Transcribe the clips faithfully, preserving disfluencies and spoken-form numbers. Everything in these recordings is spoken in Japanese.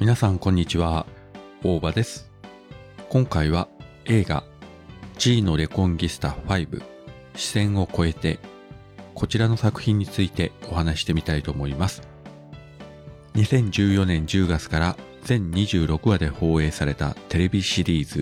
皆さんこんにちは、大場です。今回は映画 G のレコンギスタファイブ視線を超えて、こちらの作品についてお話してみたいと思います。にせんじゅうよねんじゅうがつから全にじゅうろくわで放映されたテレビシリーズ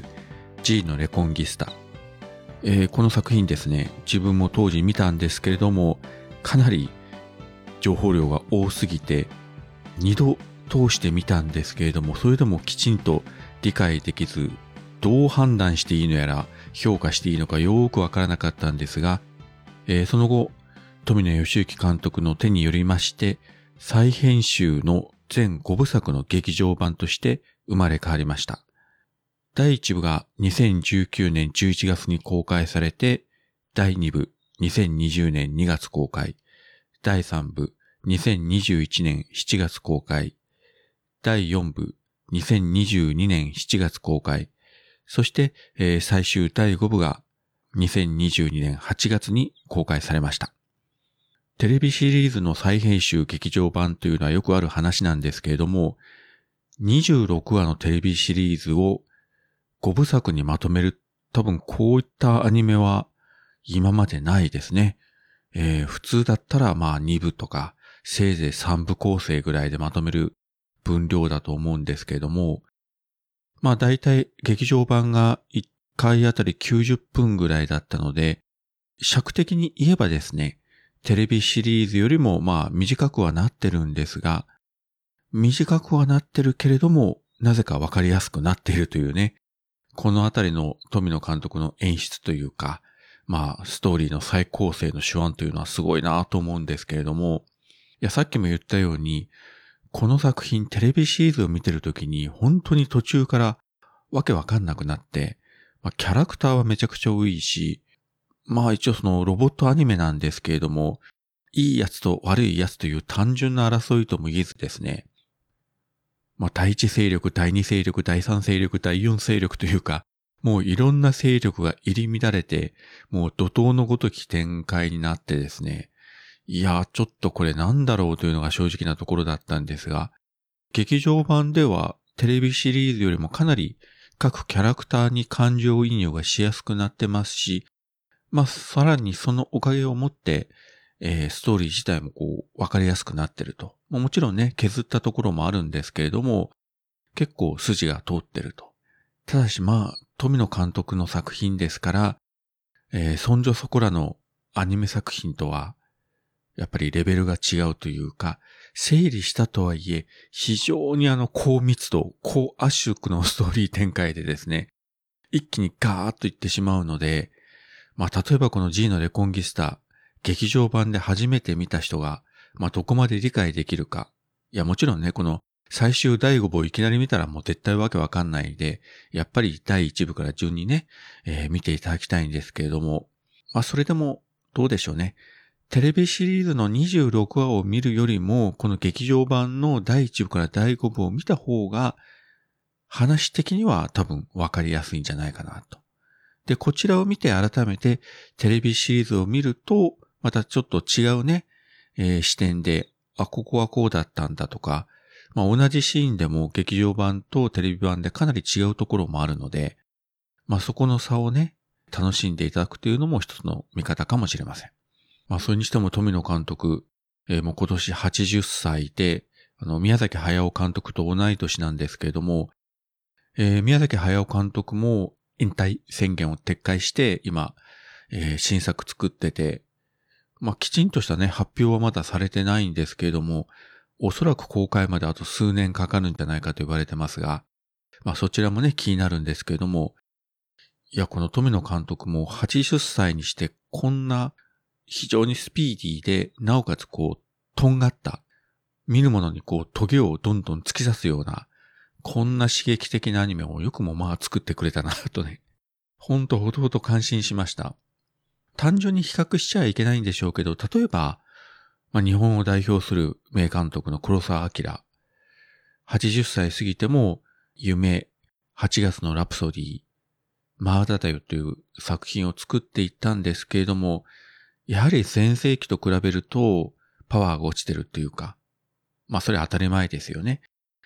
G のレコンギスタ、えー、この作品ですね、自分も当時見たんですけれども、かなり情報量が多すぎてにど通してみたんですけれども、それでもきちんと理解できず、どう判断していいのやら評価していいのかよーくわからなかったんですが、えー、その後富野義行監督の手によりまして再編集の全ごぶさくの劇場版として生まれ変わりました。だいいちぶがにせんじゅうきゅうねんじゅういちがつに公開されて、だいにぶにせんにじゅうねんにがつ公開、だいさんぶにせんにじゅういちねんしちがつ公開、だいよんぶにせんにじゅうにねんしちがつ公開、そして、えー、最終だいごぶがにせんにじゅうにねんはちがつに公開されました。テレビシリーズの再編集劇場版というのはよくある話なんですけれども、にじゅうろくわのテレビシリーズをごぶさくにまとめる、多分こういったアニメは今までないですね。えー、普通だったらまあにぶとか、せいぜいさんぶ構成ぐらいでまとめる分量だと思うんですけれども、まあ大体劇場版がいっかいあたりきゅうじゅっぷんぐらいだったので、尺的に言えばですね、テレビシリーズよりもまあ短くはなってるんですが、短くはなってるけれども、なぜかわかりやすくなっているというね、このあたりの富野監督の演出というか、まあストーリーの再構成の手腕というのはすごいなと思うんですけれども、いやさっきも言ったように、この作品テレビシリーズを見てるときに本当に途中からわけわかんなくなって、まあ、キャラクターはめちゃくちゃ多いし、まあ一応そのロボットアニメなんですけれども、いいやつと悪いやつという単純な争いとも言えずですね、まあ第一勢力、第二勢力、第三勢力、第四勢力というか、もういろんな勢力が入り乱れて、もう怒涛のごとき展開になってですね、いや、ちょっとこれなんだろうというのが正直なところだったんですが、劇場版ではテレビシリーズよりもかなり各キャラクターに感情移入がしやすくなってますし、まあ、さらにそのおかげをもって、えー、ストーリー自体もこう、わかりやすくなってると。もちろんね、削ったところもあるんですけれども、結構筋が通ってると。ただしまあ、富野監督の作品ですから、えー、そんじょそこらのアニメ作品とは、やっぱりレベルが違うというか、整理したとはいえ、非常にあの高密度、高圧縮のストーリー展開でですね、一気にガーッといってしまうので、まあ例えばこの G のレコンギスタ、劇場版で初めて見た人が、まあどこまで理解できるか。いやもちろんね、この最終だいごぶをいきなり見たらもう絶対わけわかんないで、やっぱりだいいちぶから順にね、えー、見ていただきたいんですけれども、まあそれでもどうでしょうね。テレビシリーズのにじゅうろくわを見るよりも、この劇場版のだいいちぶからだいごぶを見た方が、話的には多分わかりやすいんじゃないかなと。で、こちらを見て改めてテレビシリーズを見ると、またちょっと違うね、えー、視点で、あ、ここはこうだったんだとか、まあ同じシーンでも劇場版とテレビ版でかなり違うところもあるので、まあそこの差をね、楽しんでいただくというのも一つの見方かもしれません。まあそれにしても富野監督、えー、もう今年はちじゅっさいで、あの、宮崎駿監督と同い年なんですけれども、えー、宮崎駿監督も引退宣言を撤回して、今、えー、新作作ってて、まあきちんとしたね、発表はまだされてないんですけれども、おそらく公開まであと数年かかるんじゃないかと言われてますが、まあそちらもね、気になるんですけれども、いや、この富野監督もはちじゅっさいにしてこんな非常にスピーディーで、なおかつこう、とんがった、見るものにこう、トゲをどんどん突き刺すような、こんな刺激的なアニメをよくもまあ作ってくれたなとね、ほんとほとほと感心しました。単純に比較しちゃいけないんでしょうけど、例えば、まあ、日本を代表する名監督の黒澤明。はちじゅっさい過ぎても、夢、はちがつのラプソディ、マーダだよという作品を作っていったんですけれども、やはり前世紀と比べるとパワーが落ちてるっていうか、まあそれは当たり前ですよね。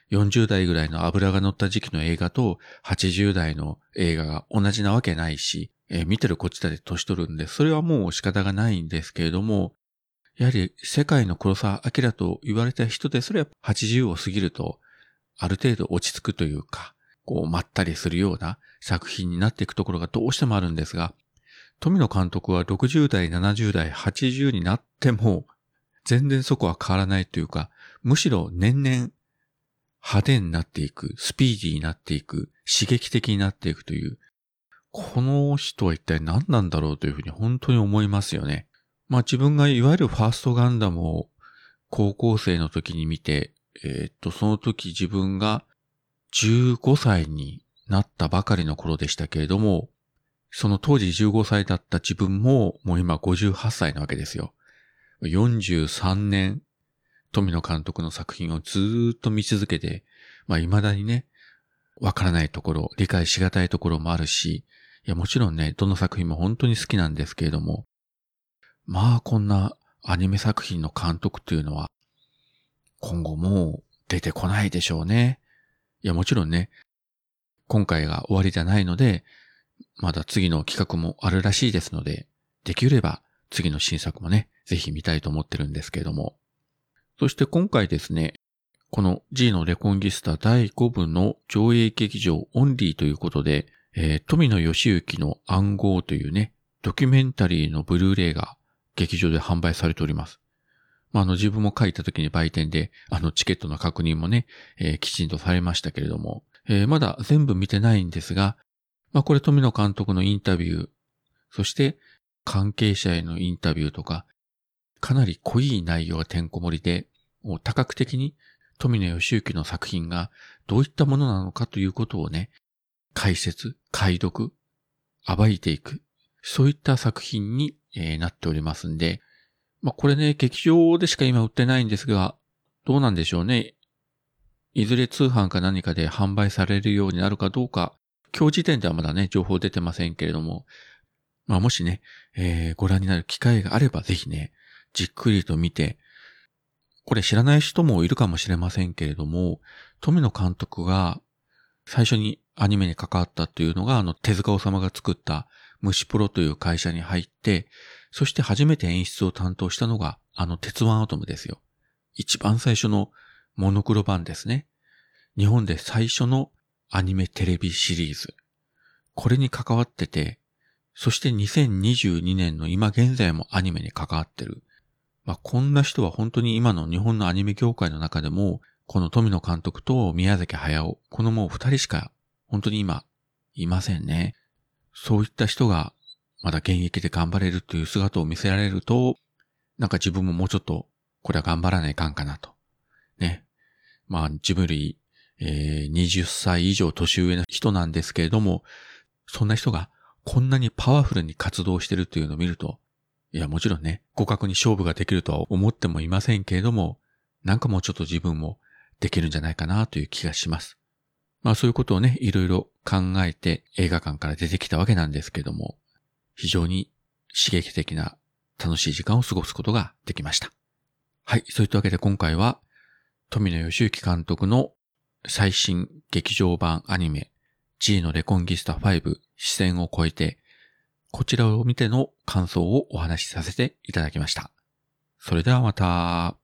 よんじゅう代ぐらいの脂が乗った時期の映画とはちじゅう代の映画が同じなわけないし、えー、見てるこっちだって年取るんで、それはもう仕方がないんですけれども、やはり世界の黒澤明と言われた人ですらはちじゅうを過ぎると、ある程度落ち着くというか、こうまったりするような作品になっていくところがどうしてもあるんですが、富野監督はろくじゅう代、ななじゅう代、はちじゅうになっても、全然そこは変わらないというか、むしろ年々派手になっていく、スピーディーになっていく、刺激的になっていくという、この人は一体何なんだろうというふうに本当に思いますよね。まあ自分がいわゆるファーストガンダムを高校生の時に見て、えー、っと、その時自分がじゅうごさいになったばかりの頃でしたけれども、その当時じゅうごさいだった自分ももう今ごじゅうはっさいなわけですよ。よんじゅうさんねん、富野監督の作品をずーっと見続けて、まあ未だにね、わからないところ、理解しがたいところもあるし、いやもちろんね、どの作品も本当に好きなんですけれども、まあこんなアニメ作品の監督というのは、今後もう出てこないでしょうね。いやもちろんね、今回が終わりじゃないので、まだ次の企画もあるらしいですので、できれば次の新作もね、ぜひ見たいと思ってるんですけれども。そして今回ですね、この G のレコンギスタだいごぶの上映劇場オンリーということで、えー、富野義行の暗号というね、ドキュメンタリーのブルーレイが劇場で販売されております。まあ、あの自分も書いた時に売店であのチケットの確認もね、えー、きちんとされましたけれども、えー、まだ全部見てないんですが、まあこれ富野監督のインタビュー、そして関係者へのインタビューとか、かなり濃い内容がてんこ盛りで、多角的に富野義行の作品がどういったものなのかということをね、解説、解読、暴いていく、そういった作品に、えー、なっておりますんで、まあこれね、劇場でしか今売ってないんですが、どうなんでしょうね。いずれ通販か何かで販売されるようになるかどうか、今日時点ではまだね、情報出てませんけれども、まあもしね、えー、ご覧になる機会があればぜひね、じっくりと見て、これ知らない人もいるかもしれませんけれども、富野監督が最初にアニメに関わったというのが、あの手塚治虫が作った虫プロという会社に入って、そして初めて演出を担当したのがあの鉄腕アトムですよ。一番最初のモノクロ版ですね。日本で最初のアニメテレビシリーズ。これに関わってて、そしてにせんにじゅうにねんの今現在もアニメに関わってる。まあ、こんな人は本当に今の日本のアニメ業界の中でも、この富野監督と宮崎駿、このもう二人しか本当に今いませんね。そういった人がまだ現役で頑張れるという姿を見せられると、なんか自分ももうちょっとこれは頑張らないかんかなと。ね。まあ自分より、えー、はたち以上年上の人なんですけれども、そんな人がこんなにパワフルに活動してるというのを見ると、いやもちろんね、互角に勝負ができるとは思ってもいませんけれども、なんかもうちょっと自分もできるんじゃないかなという気がします。まあそういうことをね、いろいろ考えて映画館から出てきたわけなんですけども、非常に刺激的な楽しい時間を過ごすことができました。はい、そういったわけで今回は富野義行監督の最新劇場版アニメ G のレコンギスタファイブ視線を超えて、こちらを見ての感想をお話しさせていただきました。それではまた。